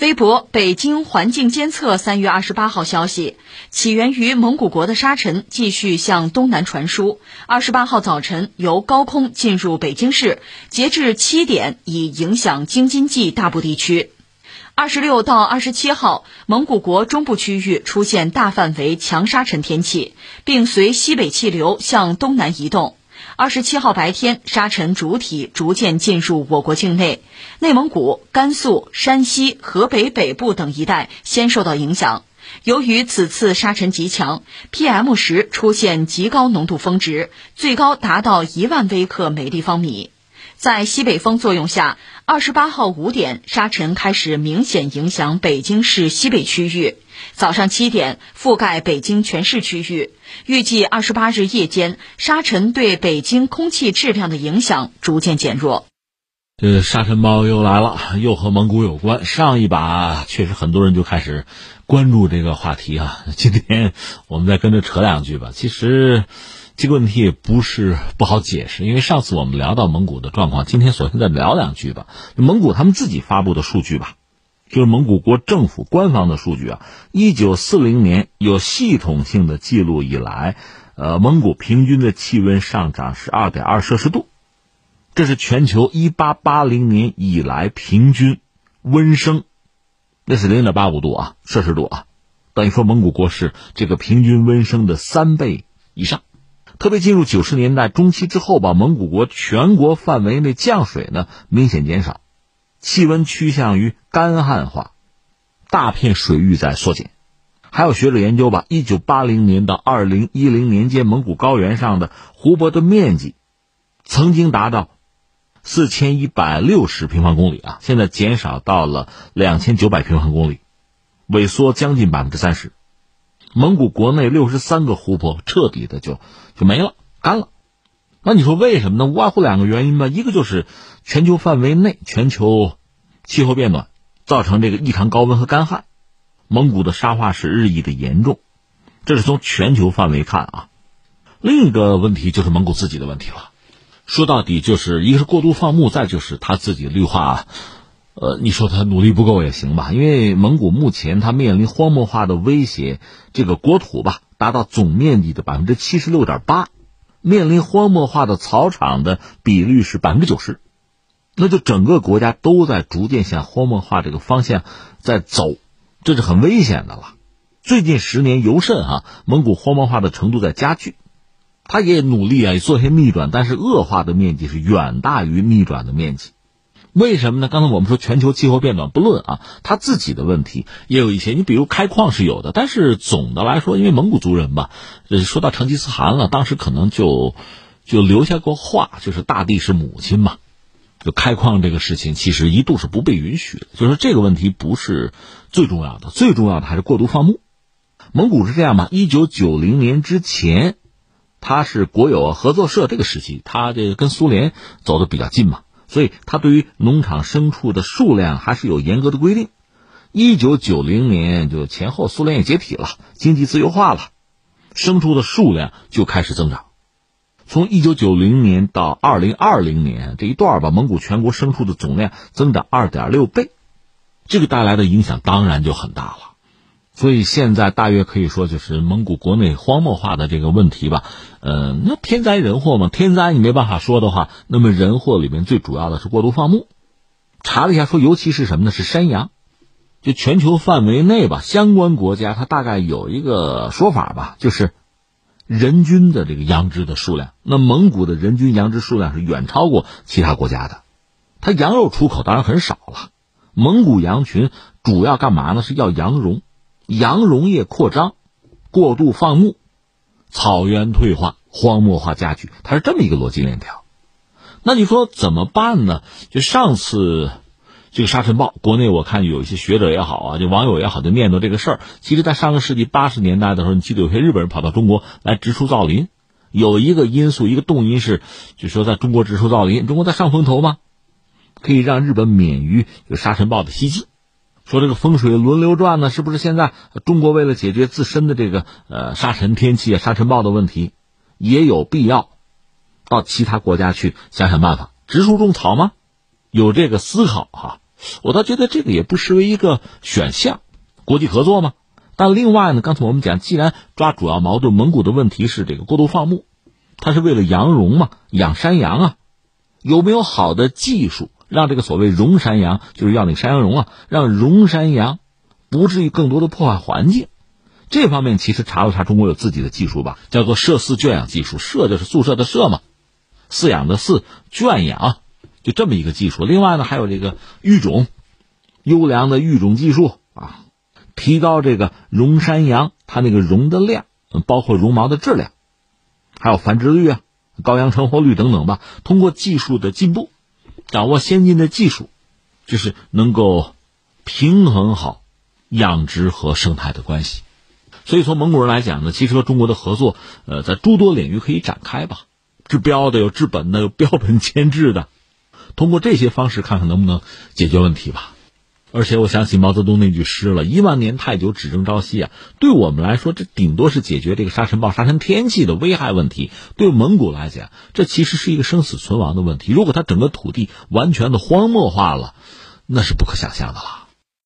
微博北京环境监测3月28号消息，起源于蒙古国的沙尘继续向东南传输。28号早晨由高空进入北京市，截至7点已影响京津冀大部地区。26到27号，蒙古国中部区域出现大范围强沙尘天气，并随西北气流向东南移动。27号白天，沙尘主体逐渐进入我国境内，内蒙古、甘肃、山西、河北北部等一带先受到影响。由于此次沙尘极强 ，PM10 出现极高浓度峰值，最高达到1万微克每立方米。在西北风作用下，28号5点，沙尘开始明显影响北京市西北区域。早上7点，覆盖北京全市区域。预计28日夜间，沙尘对北京空气质量的影响逐渐减弱。 这沙尘暴又来了，又和蒙古有关。上一把确实很多人就开始关注这个话题啊。今天我们再跟着扯两句吧。其实这个问题也不是不好解释，因为上次我们聊到蒙古的状况，今天索性再聊两句吧。蒙古他们自己发布的数据吧，就是蒙古国政府官方的数据啊，1940年有系统性的记录以来，蒙古平均的气温上涨是 2.2 摄氏度，这是全球1880年以来平均温升，那是 0.85 度啊，摄氏度啊，等于说蒙古国是这个平均温升的3倍以上。特别进入90年代中期之后吧，蒙古国全国范围内降水呢明显减少，气温趋向于干旱化，大片水域在缩减。还有学者研究吧，1980年到2010年间，蒙古高原上的湖泊的面积曾经达到4160平方公里啊，现在减少到了2900平方公里，萎缩将近 30%。蒙古国内63个湖泊彻底的就没了，干了。那你说为什么呢？无外乎两个原因吧，一个就是全球范围内全球气候变暖造成这个异常高温和干旱，蒙古的沙化是日益的严重，这是从全球范围看啊。另一个问题就是蒙古自己的问题了，说到底就是一个是过度放牧，再就是他自己绿化，你说他努力不够也行吧，因为蒙古目前他面临荒漠化的威胁，这个国土吧达到总面积的 76.8%， 面临荒漠化的草场的比率是 90%， 那就整个国家都在逐渐向荒漠化这个方向在走，这是很危险的了。最近10年尤甚啊，蒙古荒漠化的程度在加剧，他也努力啊做些逆转，但是恶化的面积是远大于逆转的面积。为什么呢？刚才我们说全球气候变暖不论啊，他自己的问题也有一些，你比如开矿是有的，但是总的来说，因为蒙古族人吧，说到成吉思汗了，当时可能就留下过话，就是大地是母亲嘛，就开矿这个事情其实一度是不被允许的，就是说这个问题不是最重要的，最重要的还是过度放牧。蒙古是这样吧，1990年之前他是国有合作社这个时期，他这个跟苏联走得比较近嘛，所以他对于农场牲畜的数量还是有严格的规定。1990年就前后苏联也解体了，经济自由化了，牲畜的数量就开始增长。从1990年到2020年这一段吧，蒙古全国牲畜的总量增长 2.6 倍，这个带来的影响当然就很大了。所以现在大约可以说就是蒙古国内荒漠化的这个问题吧，那天灾人祸嘛，天灾你没办法说的话，那么人祸里面最主要的是过度放牧。查了一下说，尤其是什么呢？是山羊。就全球范围内吧，相关国家它大概有一个说法吧，就是人均的这个羊只的数量，那蒙古的人均羊只数量是远超过其他国家的。它羊肉出口当然很少了，蒙古羊群主要干嘛呢？是要羊绒，羊绒业扩张，过度放牧，草原退化，荒漠化加剧，它是这么一个逻辑链条。那你说怎么办呢？就上次这个沙尘暴，国内我看有一些学者也好啊，就网友也好，就念叨这个事儿。其实在上个世纪80年代的时候，你记得有些日本人跑到中国来植树造林，有一个因素，一个动因是，就说在中国植树造林，中国在上风头嘛，可以让日本免于有沙尘暴的袭击。说这个风水轮流转呢，是不是现在中国为了解决自身的这个沙尘天气啊、沙尘暴的问题，也有必要到其他国家去想想办法，植树种草吗？有这个思考哈。 我倒觉得这个也不失为一个选项，国际合作嘛。但另外呢，刚才我们讲，既然抓主要矛盾，蒙古的问题是这个过度放牧，它是为了羊绒嘛，养山羊啊，有没有好的技术让这个所谓绒山羊，就是要那个山羊绒啊，让绒山羊不至于更多的破坏环境？这方面其实查了查，中国有自己的技术吧，叫做舍饲圈养技术。舍就是宿舍的舍嘛，饲养的饲，圈养，就这么一个技术。另外呢，还有这个育种，优良的育种技术啊，提高这个绒山羊它那个绒的量，包括绒毛的质量，还有繁殖率啊、羔羊成活率等等吧。通过技术的进步，掌握先进的技术，就是能够平衡好养殖和生态的关系。所以从蒙古人来讲呢，其实和中国的合作在诸多领域可以展开吧，治标的有治本的，有标本兼治的，通过这些方式看看能不能解决问题吧。而且我想起毛泽东那句诗了，10000年太久，只争朝夕啊。对我们来说，这顶多是解决这个沙尘暴、沙尘天气的危害问题。对蒙古来讲，这其实是一个生死存亡的问题。如果它整个土地完全的荒漠化了，那是不可想象的了。